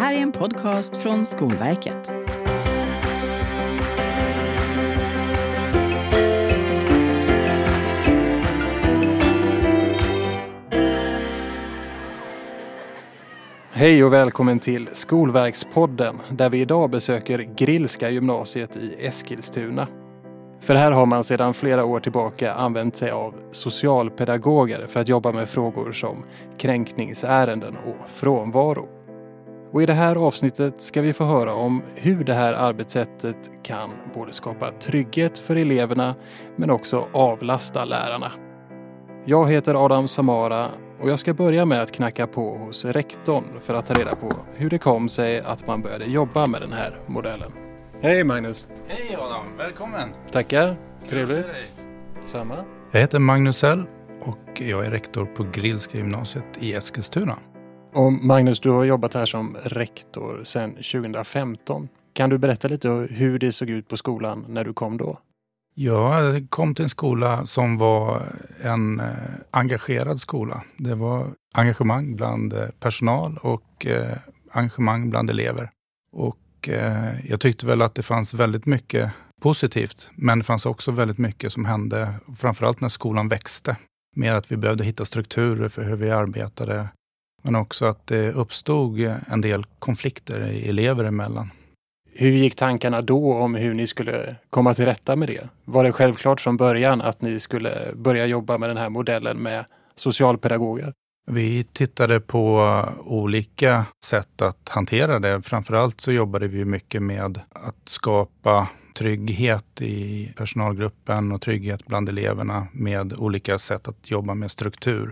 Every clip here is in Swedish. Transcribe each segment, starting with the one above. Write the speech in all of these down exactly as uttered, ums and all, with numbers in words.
här är en podcast från Skolverket. Hej och välkommen till Skolverkspodden där vi idag besöker Grillska gymnasiet i Eskilstuna. För här har man sedan flera år tillbaka använt sig av socialpedagoger för att jobba med frågor som kränkningsärenden och frånvaro. Och i det här avsnittet ska vi få höra om hur det här arbetssättet kan både skapa trygghet för eleverna men också avlasta lärarna. Jag heter Adam Samara och jag ska börja med att knacka på hos rektorn för att ta reda på hur det kom sig att man började jobba med den här modellen. Hej Magnus! Hej Adam, välkommen! Tackar, trevligt. Samma. Jag heter Magnus L och jag är rektor på Grillska gymnasiet i Eskilstuna. Och Magnus, du har jobbat här som rektor sedan tjugohundrafemton. Kan du berätta lite hur det såg ut på skolan när du kom då? Jag kom till en skola som var en eh, engagerad skola. Det var engagemang bland eh, personal och eh, engagemang bland elever. Och eh, jag tyckte väl att det fanns väldigt mycket positivt. Men det fanns också väldigt mycket som hände, framförallt när skolan växte. Mer att vi behövde hitta strukturer för hur vi arbetade. Men också att det uppstod en del konflikter i elever emellan. Hur gick tankarna då om hur ni skulle komma till rätta med det? Var det självklart från början att ni skulle börja jobba med den här modellen med socialpedagoger? Vi tittade på olika sätt att hantera det. Framförallt så jobbade vi mycket med att skapa trygghet i personalgruppen och trygghet bland eleverna med olika sätt att jobba med struktur.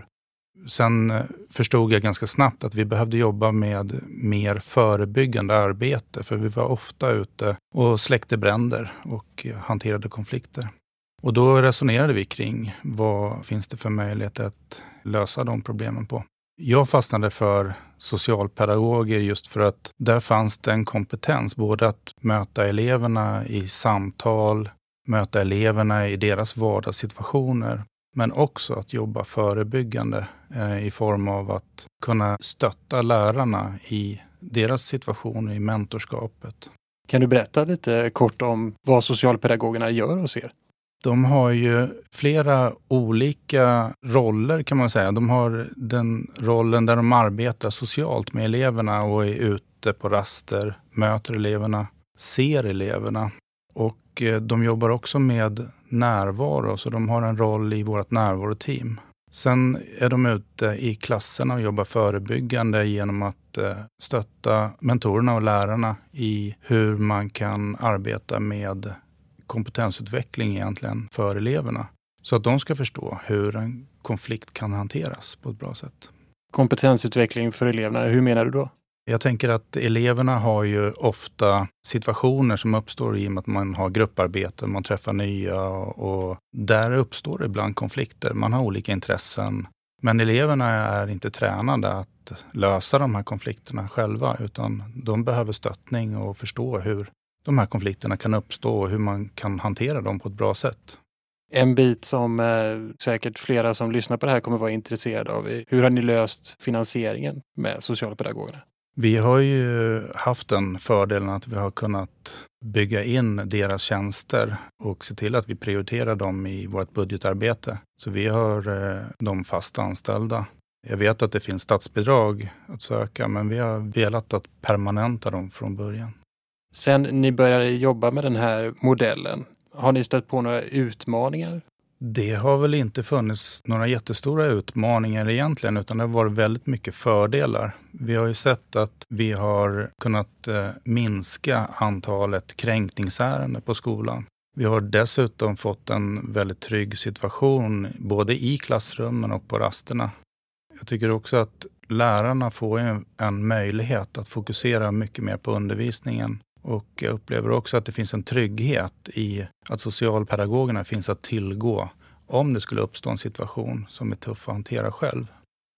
Sen förstod jag ganska snabbt att vi behövde jobba med mer förebyggande arbete för vi var ofta ute och släckte bränder och hanterade konflikter. Och då resonerade vi kring vad finns det för möjlighet att lösa de problemen på. Jag fastnade för socialpedagoger just för att där fanns det en kompetens både att möta eleverna i samtal, möta eleverna i deras vardagssituationer. Men också att jobba förebyggande eh, i form av att kunna stötta lärarna i deras situation i mentorskapet. Kan du berätta lite kort om vad socialpedagogerna gör hos er? De har ju flera olika roller kan man säga. De har den rollen där de arbetar socialt med eleverna och är ute på raster, möter eleverna, ser eleverna. Och de jobbar också med närvaro, så de har en roll i vårt närvaroteam. Sen är de ute i klasserna och jobbar förebyggande genom att stötta mentorerna och lärarna i hur man kan arbeta med kompetensutveckling egentligen för eleverna. Så att de ska förstå hur en konflikt kan hanteras på ett bra sätt. Kompetensutveckling för eleverna, hur menar du då? Jag tänker att eleverna har ju ofta situationer som uppstår i och med att man har grupparbeten, man träffar nya och där uppstår ibland konflikter. Man har olika intressen, men eleverna är inte tränade att lösa de här konflikterna själva utan de behöver stöttning och förstå hur de här konflikterna kan uppstå och hur man kan hantera dem på ett bra sätt. En bit som eh, säkert flera som lyssnar på det här kommer vara intresserade av är hur har ni löst finansieringen med socialpedagogerna? Vi har ju haft den fördelen att vi har kunnat bygga in deras tjänster och se till att vi prioriterar dem i vårt budgetarbete. Så vi har eh, dem fast anställda. Jag vet att det finns statsbidrag att söka men vi har velat att permanenta dem från början. Sen ni började jobba med den här modellen, har ni stött på några utmaningar? Det har väl inte funnits några jättestora utmaningar egentligen utan det har varit väldigt mycket fördelar. Vi har ju sett att vi har kunnat eh, minska antalet kränkningsärenden på skolan. Vi har dessutom fått en väldigt trygg situation både i klassrummen och på rasterna. Jag tycker också att lärarna får en, en möjlighet att fokusera mycket mer på undervisningen. Och jag upplever också att det finns en trygghet i att socialpedagogerna finns att tillgå om det skulle uppstå en situation som är tuff att hantera själv.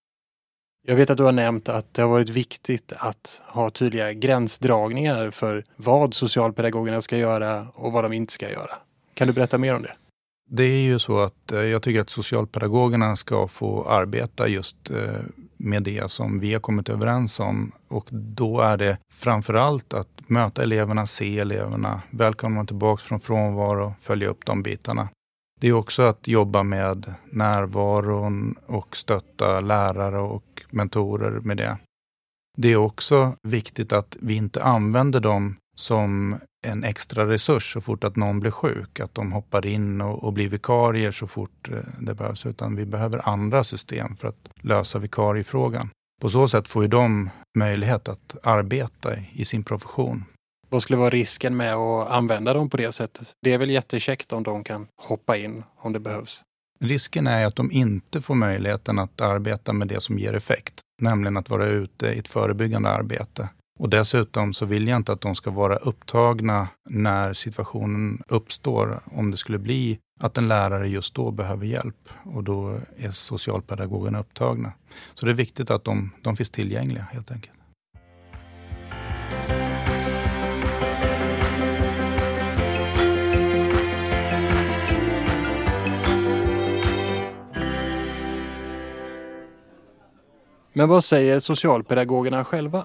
Jag vet att du har nämnt att det har varit viktigt att ha tydliga gränsdragningar för vad socialpedagogerna ska göra och vad de inte ska göra. Kan du berätta mer om det? Det är ju så att jag tycker att socialpedagogerna ska få arbeta just med det som vi har kommit överens om. Och då är det framförallt att möta eleverna, se eleverna, välkomna tillbaka från frånvaro, följa upp de bitarna. Det är också att jobba med närvaron och stötta lärare och mentorer med det. Det är också viktigt att vi inte använder dem som en extra resurs så fort att någon blir sjuk. Att de hoppar in och, och blir vikarier så fort det behövs. Utan vi behöver andra system för att lösa vikariefrågan. På så sätt får ju de möjlighet att arbeta i, i sin profession. Vad skulle vara risken med att använda dem på det sättet? Det är väl jättekäckt om de kan hoppa in om det behövs. Risken är att de inte får möjligheten att arbeta med det som ger effekt. Nämligen att vara ute i ett förebyggande arbete. Och dessutom så vill jag inte att de ska vara upptagna när situationen uppstår. Om det skulle bli att en lärare just då behöver hjälp. Och då är socialpedagogerna upptagna. Så det är viktigt att de, de finns tillgängliga helt enkelt. Men vad säger socialpedagogerna själva?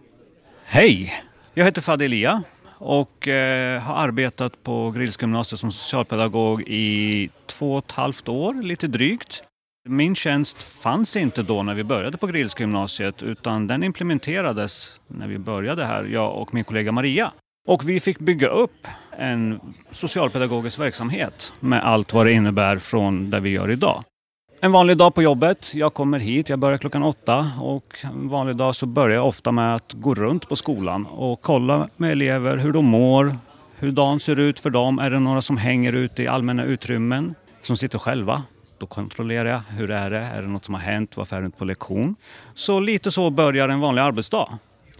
Hej, jag heter Fadi Elia och eh, har arbetat på Grillska gymnasiet som socialpedagog i två och ett halvt år, lite drygt. Min tjänst fanns inte då när vi började på Grillska gymnasiet utan den implementerades när vi började här, jag och min kollega Maria. Och vi fick bygga upp en socialpedagogisk verksamhet med allt vad det innebär från där vi gör idag. En vanlig dag på jobbet, jag kommer hit, jag börjar klockan åtta och en vanlig dag så börjar jag ofta med att gå runt på skolan och kolla med elever hur de mår, hur dagen ser ut för dem, är det några som hänger ute i allmänna utrymmen som sitter själva. Då kontrollerar jag, hur är det, är det något som har hänt, varför är det inte på lektion? Så lite så börjar en vanlig arbetsdag.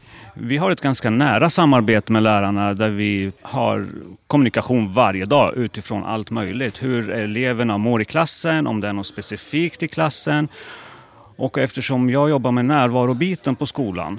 Vi har ett ganska nära samarbete med lärarna där vi har kommunikation varje dag utifrån allt möjligt. Hur eleverna mår i klassen, om det är något specifikt i klassen. Och eftersom jag jobbar med närvarobiten på skolan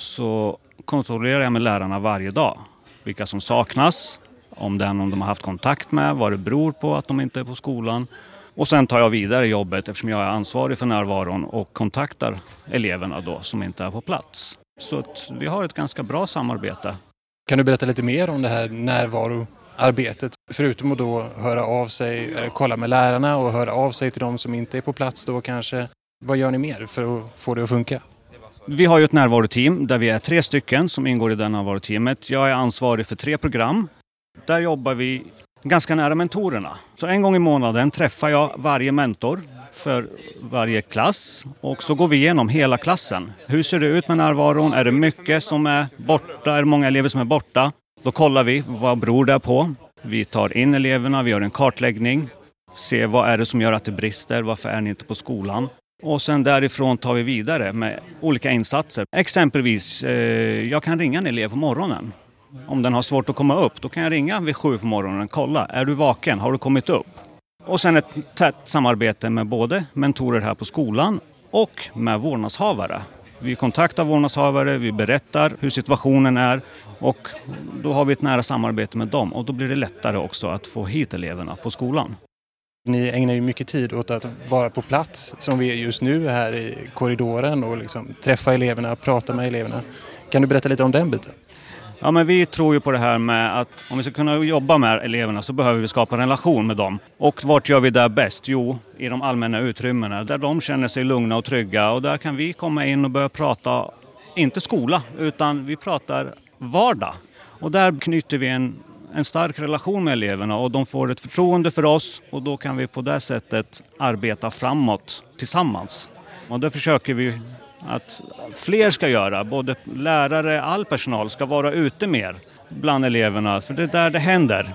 så kontrollerar jag med lärarna varje dag. Vilka som saknas, om det är någon de har haft kontakt med, vad det beror på att de inte är på skolan. Och sen tar jag vidare jobbet eftersom jag är ansvarig för närvaron och kontaktar eleverna då som inte är på plats. Så att vi har ett ganska bra samarbete. Kan du berätta lite mer om det här närvaroarbetet? Förutom att då höra av sig, eller kolla med lärarna och höra av sig till de som inte är på plats då kanske. Vad gör ni mer för att få det att funka? Vi har ju ett närvaroteam där vi är tre stycken som ingår i det närvaroteamet. Jag är ansvarig för tre program. Där jobbar vi ganska nära mentorerna. Så en gång i månaden träffar jag varje mentor för varje klass och så går vi igenom hela klassen. Hur ser det ut med närvaron? Är det mycket som är borta? Är det många elever som är borta? Då kollar vi vad beror det på. Vi tar in eleverna, vi gör en kartläggning. Ser vad är det som gör att det brister? Varför är ni inte på skolan? Och sen därifrån tar vi vidare med olika insatser. Exempelvis, eh, jag kan ringa en elev på morgonen. Om den har svårt att komma upp, då kan jag ringa vid sju på morgonen och kolla. Är du vaken? Har du kommit upp? Och sen ett tätt samarbete med både mentorer här på skolan och med vårdnadshavare. Vi kontaktar vårdnadshavare, vi berättar hur situationen är och då har vi ett nära samarbete med dem. Och då blir det lättare också att få hit eleverna på skolan. Ni ägnar ju mycket tid åt att vara på plats som vi är just nu här i korridoren och liksom träffa eleverna, prata med eleverna. Kan du berätta lite om den biten? Ja, men vi tror ju på det här med att om vi ska kunna jobba med eleverna så behöver vi skapa en relation med dem. Och vart gör vi det bäst? Jo, i de allmänna utrymmena där de känner sig lugna och trygga. Och där kan vi komma in och börja prata, inte skola, utan vi pratar vardag. Och där knyter vi en, en stark relation med eleverna och de får ett förtroende för oss. Och då kan vi på det sättet arbeta framåt tillsammans. Och det försöker vi att fler ska göra, både lärare, all personal ska vara ute mer bland eleverna, för det är där det händer.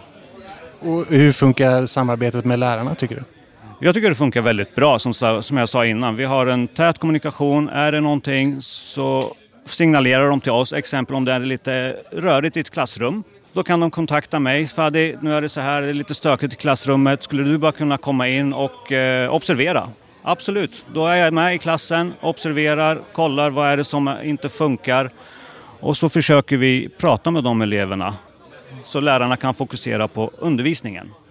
Och hur funkar samarbetet med lärarna tycker du? Jag tycker det funkar väldigt bra, som, som jag sa innan. Vi har en tät kommunikation, är det någonting så signalerar de till oss, exempel om det är lite rörigt i ett klassrum. Då kan de kontakta mig, Fadi, nu är det så här, det är lite stökigt i klassrummet, skulle du bara kunna komma in och eh, observera? Absolut, då är jag med i klassen, observerar, kollar vad är det som inte funkar och så försöker vi prata med de eleverna så lärarna kan fokusera på undervisningen.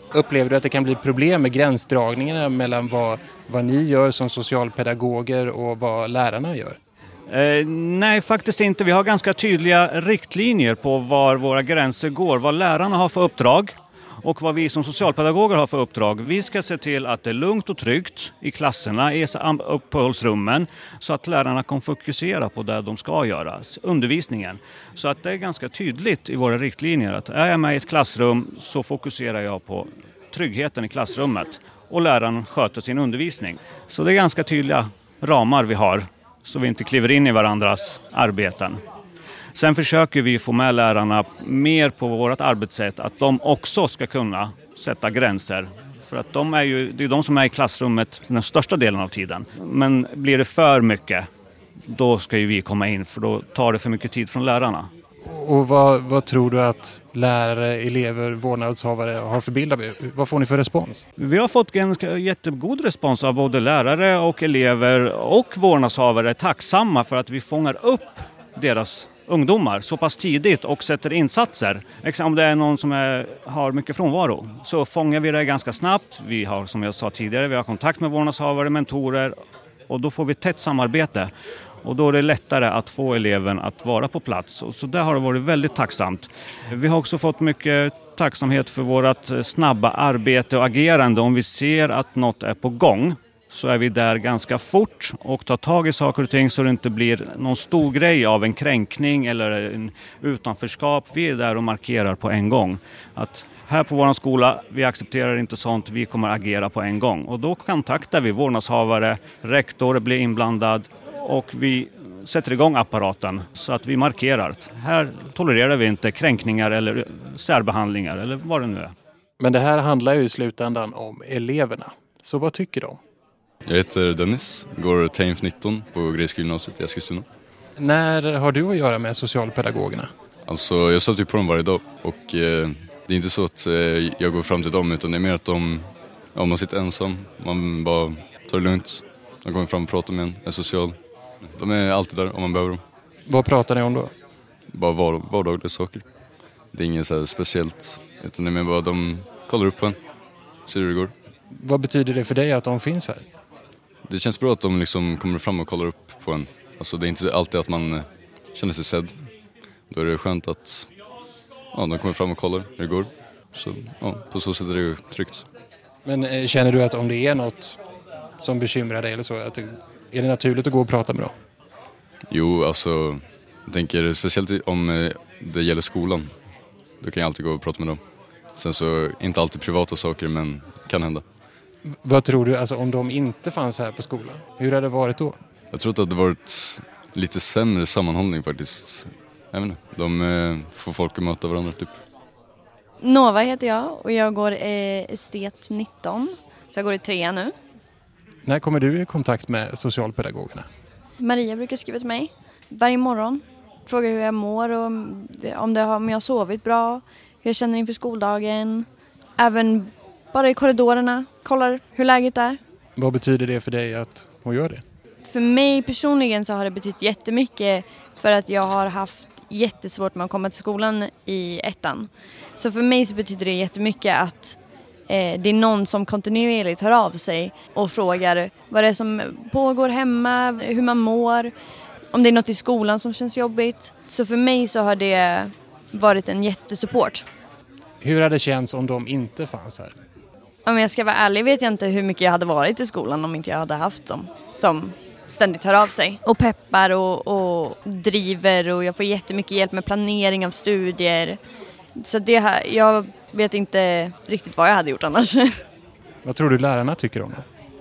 Upplever du att det kan bli problem med gränsdragningarna mellan vad, vad ni gör som socialpedagoger och vad lärarna gör? Eh, nej, faktiskt inte. Vi har ganska tydliga riktlinjer på var våra gränser går, vad lärarna har för uppdrag och vad vi som socialpedagoger har för uppdrag. Vi ska se till att det är lugnt och tryggt i klasserna, i uppehållsrummen, så att lärarna kan fokusera på det de ska göra, undervisningen. Så att det är ganska tydligt i våra riktlinjer att är jag med i ett klassrum så fokuserar jag på tryggheten i klassrummet och läraren sköter sin undervisning. Så det är ganska tydliga ramar vi har så vi inte kliver in i varandras arbeten. Sen försöker vi få med lärarna mer på vårt arbetssätt att de också ska kunna sätta gränser. För att de är ju, det är de som är i klassrummet den största delen av tiden. Men blir det för mycket, då ska ju vi komma in för då tar det för mycket tid från lärarna. Och vad, vad tror du att lärare, elever, vårdnadshavare har för bild av er? Vad får ni för respons? Vi har fått en jättegod respons av både lärare och elever och vårdnadshavare. Tacksamma för att vi fångar upp deras ungdomar så pass tidigt och sätter insatser. Om det är någon som är, har mycket frånvaro så fångar vi det ganska snabbt. Vi har, som jag sa tidigare, vi har kontakt med vårdnadshavare, mentorer och då får vi tätt samarbete. Och då är det lättare att få eleven att vara på plats. Och så där har det varit väldigt tacksamt. Vi har också fått mycket tacksamhet för vårt snabba arbete och agerande. Om vi ser att något är på gång så är vi där ganska fort och tar tag i saker och ting så det inte blir någon stor grej av en kränkning eller en utanförskap. Vi är där och markerar på en gång. Att här på vår skola, vi accepterar inte sånt, vi kommer agera på en gång. Och då kontaktar vi vårdnadshavare, rektor blir inblandad och vi sätter igång apparaten så att vi markerar. Här tolererar vi inte kränkningar eller särbehandlingar eller vad det nu är. Men det här handlar ju i slutändan om eleverna. Så vad tycker de? Jag heter Dennis, går T I N F nitton på Grekiska gymnasiet i Eskilstuna. När har du att göra med socialpedagogerna? Alltså jag stöter ju på dem varje dag och eh, det är inte så att eh, jag går fram till dem utan det är mer att de, ja, man sitter ensam, man bara tar det lugnt. De kommer fram och pratar med en, är social. De är alltid där om man behöver dem. Vad pratar ni om då? Bara var, vardagliga saker. Det är inget så här speciellt utan det är mer bara att de kollar upp på en, ser hur det går. Vad betyder det för dig att de finns här? Det känns bra att de liksom kommer fram och kollar upp på en. Alltså det är inte alltid att man känner sig sedd. Då är det skönt att ja, de kommer fram och kollar hur det går. Så ja, på så sätt är det ju tryggt. Men eh, känner du att om det är något som bekymrar dig eller så, att det, är det naturligt att gå och prata med dem? Jo, alltså jag tänker speciellt om det gäller skolan. Då kan jag alltid gå och prata med dem. Sen så inte alltid privata saker, men kan hända. Vad tror du, alltså om de inte fanns här på skolan? Hur hade det varit då? Jag tror att det hade varit lite sämre sammanhållning faktiskt. Jag vet inte, de eh, får folk att möta varandra typ. Nova heter jag och jag går eh, estet nitton. Så jag går i trean nu. När kommer du i kontakt med socialpedagogerna? Maria brukar skriva till mig varje morgon. Fråga hur jag mår och om, det har, om jag har sovit bra. Hur jag känner inför skoldagen. Även bara i korridorerna. Kollar hur läget är. Vad betyder det för dig att hon gör det? För mig personligen så har det betytt jättemycket. För att jag har haft jättesvårt med att komma till skolan i ettan. Så för mig så betyder det jättemycket att eh, det är någon som kontinuerligt hör av sig och frågar vad det är som pågår hemma, hur man mår, om det är något i skolan som känns jobbigt. Så för mig så har det varit en jättesupport. Hur hade det känts om de inte fanns här? Om jag ska vara ärlig vet jag inte hur mycket jag hade varit i skolan om inte jag hade haft dem som ständigt hör av sig. Och peppar och, och driver och jag får jättemycket hjälp med planering av studier. Så det här, jag vet inte riktigt vad jag hade gjort annars. Vad tror du lärarna tycker om det?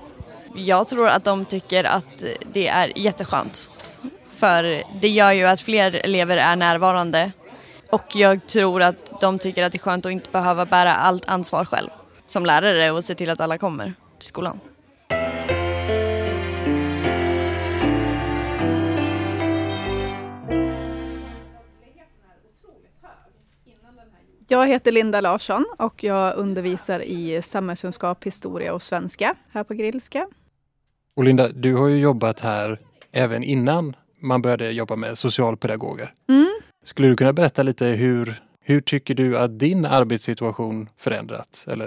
Jag tror att de tycker att det är jätteskönt. För det gör ju att fler elever är närvarande. Och jag tror att de tycker att det är skönt att inte behöva bära allt ansvar själv som lärare och se till att alla kommer till skolan. Jag heter Linda Larsson och jag undervisar i samhällskunskap, historia och svenska här på Grillska. Och Linda, du har ju jobbat här även innan man började jobba med socialpedagoger. Mm. Skulle du kunna berätta lite hur, hur tycker du att din arbetssituation förändrats? Eller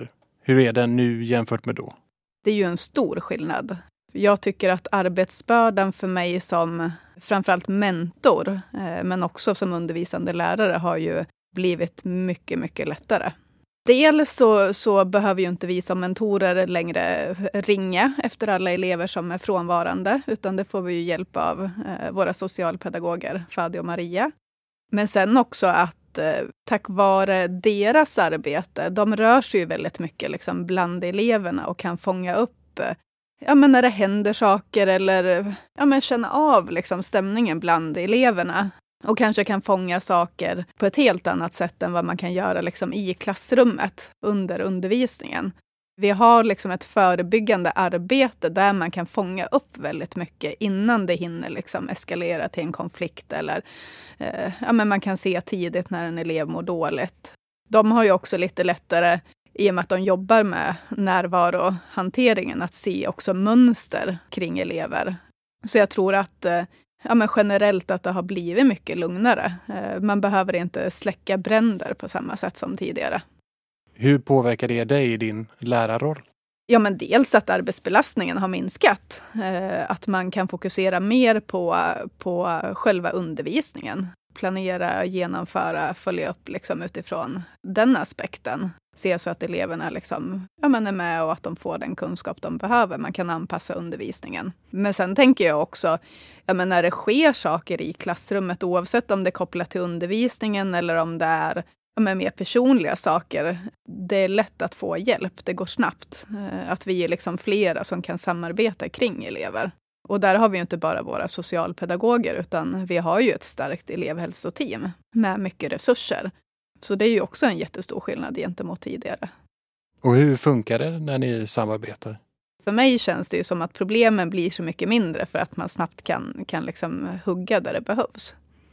Hur är den nu jämfört med då? Det är ju en stor skillnad. Jag tycker att arbetsbördan för mig som framförallt mentor, men också som undervisande lärare, har ju blivit mycket, mycket lättare. Dels så, så behöver ju inte vi som mentorer längre ringa efter alla elever som är frånvarande, utan det får vi ju hjälp av eh, våra socialpedagoger, Fadi och Maria. Men sen också att eh, tack vare deras arbete, de rör sig ju väldigt mycket liksom bland eleverna och kan fånga upp eh, ja, men när det händer saker eller ja, men känna av liksom stämningen bland eleverna. Och kanske kan fånga saker på ett helt annat sätt än vad man kan göra liksom i klassrummet under undervisningen. Vi har liksom ett förebyggande arbete där man kan fånga upp väldigt mycket innan det hinner liksom eskalera till en konflikt. Eller eh, ja, men man kan se tidigt när en elev mår dåligt. De har ju också lite lättare, i och med att de jobbar med närvarohanteringen, att se också mönster kring elever. Så jag tror att eh, Ja, men generellt att det har blivit mycket lugnare. Man behöver inte släcka bränder på samma sätt som tidigare. Hur påverkar det dig i din lärarroll? Ja, men dels att arbetsbelastningen har minskat. Att man kan fokusera mer på, på själva undervisningen. Planera, genomföra, följa upp liksom utifrån den aspekten. Se så att eleverna liksom, ja, men är med och att de får den kunskap de behöver. Man kan anpassa undervisningen. Men sen tänker jag också, ja, men när det sker saker i klassrummet, oavsett om det är kopplat till undervisningen eller om det är ja, men mer personliga saker, det är lätt att få hjälp. Det går snabbt. Att vi är liksom flera som kan samarbeta kring elever. Och där har vi ju inte bara våra socialpedagoger, utan vi har ju ett starkt elevhälsoteam med mycket resurser. Så det är ju också en jättestor skillnad gentemot tidigare. Och hur funkar det när ni samarbetar? För mig känns det ju som att problemen blir så mycket mindre för att man snabbt kan, kan liksom hugga där det behövs.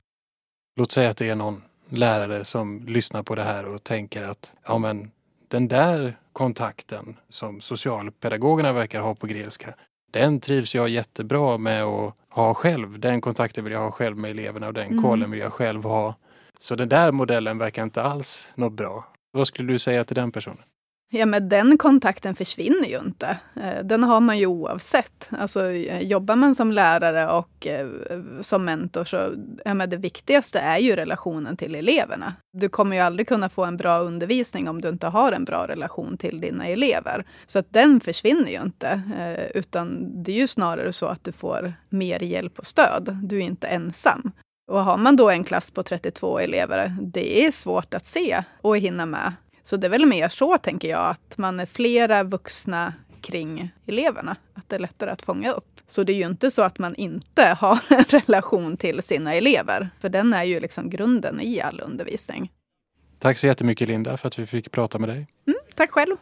Låt säga att det är någon lärare som lyssnar på det här och tänker att ja, men den där kontakten som socialpedagogerna verkar ha på Grillska, den trivs jag jättebra med att ha själv. Den kontakten vill jag ha själv med eleverna och den mm. kollen vill jag själv ha. Så den där modellen verkar inte alls något bra. Vad skulle du säga till den personen? Ja, men den kontakten försvinner ju inte. Den har man ju oavsett. Alltså, jobbar man som lärare och eh, som mentor så ja, men det viktigaste är ju relationen till eleverna. Du kommer ju aldrig kunna få en bra undervisning om du inte har en bra relation till dina elever. Så att den försvinner ju inte. Eh, utan det är ju snarare så att du får mer hjälp och stöd. Du är inte ensam. Och har man då en klass på trettiotvå elever, det är svårt att se och hinna med. Så det är väl mer så, tänker jag, att man är flera vuxna kring eleverna. Att det är lättare att fånga upp. Så det är ju inte så att man inte har en relation till sina elever. För den är ju liksom grunden i all undervisning. Tack så jättemycket, Linda, för att vi fick prata med dig. Mm, tack själv.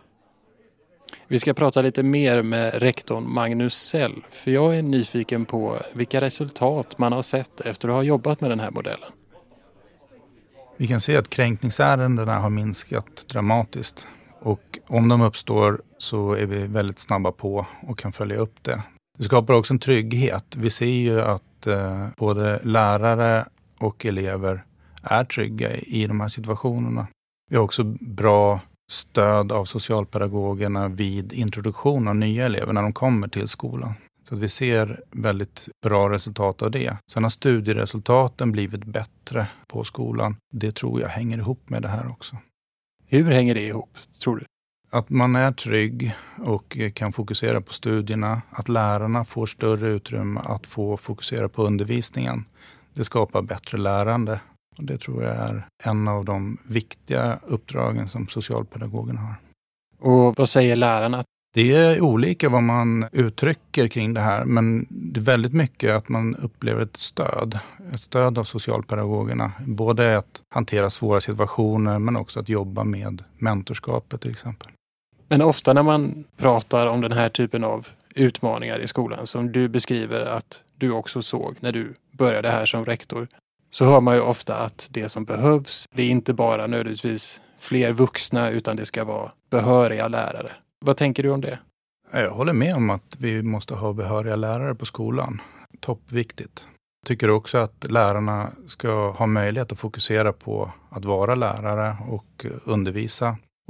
Vi ska prata lite mer med rektorn Magnus Sell. För jag är nyfiken på vilka resultat man har sett efter att ha jobbat med den här modellen. Vi kan se att kränkningsärendena har minskat dramatiskt. Och om de uppstår så är vi väldigt snabba på och kan följa upp det. Det skapar också en trygghet. Vi ser ju att eh, både lärare och elever är trygga i de här situationerna. Vi har också bra stöd av socialpedagogerna vid introduktion av nya elever när de kommer till skolan. Så att vi ser väldigt bra resultat av det. Sen har studieresultaten blivit bättre på skolan. Det tror jag hänger ihop med det här också. Hur hänger det ihop, tror du? Att man är trygg och kan fokusera på studierna. Att lärarna får större utrymme att få fokusera på undervisningen. Det skapar bättre lärande. Och det tror jag är en av de viktiga uppdragen som socialpedagogerna har. Och vad säger lärarna? Det är olika vad man uttrycker kring det här, men det är väldigt mycket att man upplever ett stöd. Ett stöd av socialpedagogerna. Både att hantera svåra situationer men också att jobba med mentorskapet till exempel. Men ofta när man pratar om den här typen av utmaningar i skolan som du beskriver att du också såg när du började här som rektor, så hör man ju ofta att det som behövs, det är inte bara nödvändigtvis fler vuxna utan det ska vara behöriga lärare. Vad tänker du om det? Jag håller med om att vi måste ha behöriga lärare på skolan. Toppviktigt. Jag tycker också att lärarna ska ha möjlighet att fokusera på att vara lärare och undervisa.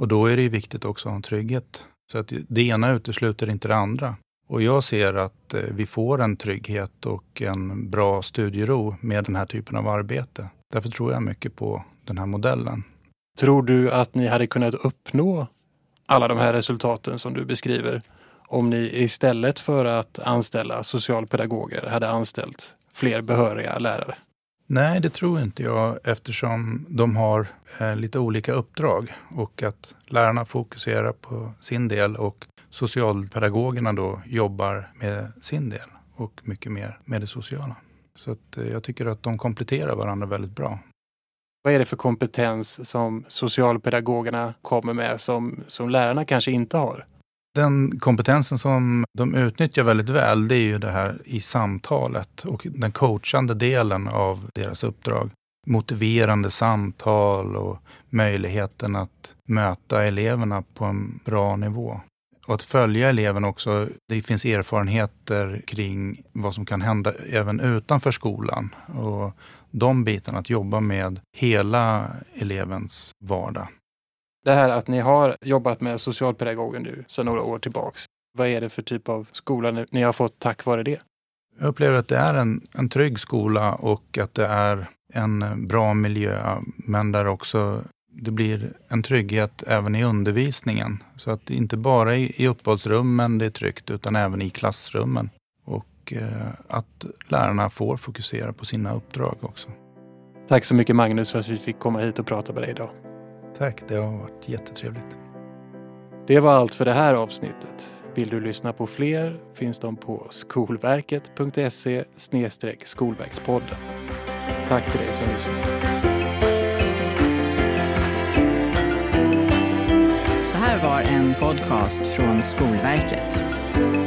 Och då är det ju viktigt också att ha en trygghet. Så att det ena utesluter inte det andra. Och jag ser att vi får en trygghet och en bra studiero med den här typen av arbete. Därför tror jag mycket på den här modellen. Tror du att ni hade kunnat uppnå alla de här resultaten som du beskriver om ni istället för att anställa socialpedagoger hade anställt fler behöriga lärare? Nej, det tror inte jag eftersom de har eh, lite olika uppdrag och att lärarna fokuserar på sin del och socialpedagogerna då jobbar med sin del och mycket mer med det sociala. Så att, eh, jag tycker att de kompletterar varandra väldigt bra. Vad är det för kompetens som socialpedagogerna kommer med som, som lärarna kanske inte har? Den kompetensen som de utnyttjar väldigt väl, det är ju det här i samtalet och den coachande delen av deras uppdrag. Motiverande samtal och möjligheten att möta eleverna på en bra nivå. Och att följa eleven också, det finns erfarenheter kring vad som kan hända även utanför skolan. Och de bitarna att jobba med hela elevens vardag. Det här att ni har jobbat med socialpedagoger nu sedan några år tillbaks. Vad är det för typ av skola ni har fått tack vare det? Jag upplever att det är en, en trygg skola och att det är en bra miljö. Men där också det blir en trygghet även i undervisningen. Så att det inte bara i, i uppehållsrummen det är tryggt utan även i klassrummen. Och eh, att lärarna får fokusera på sina uppdrag också. Tack så mycket Magnus för att vi fick komma hit och prata med dig idag. Tack, det har varit jättetrevligt. Det var allt för det här avsnittet. Vill du lyssna på fler finns de på skolverket punkt se slash skolverkspodden. Tack till dig som lyssnar. Det här var en podcast från Skolverket.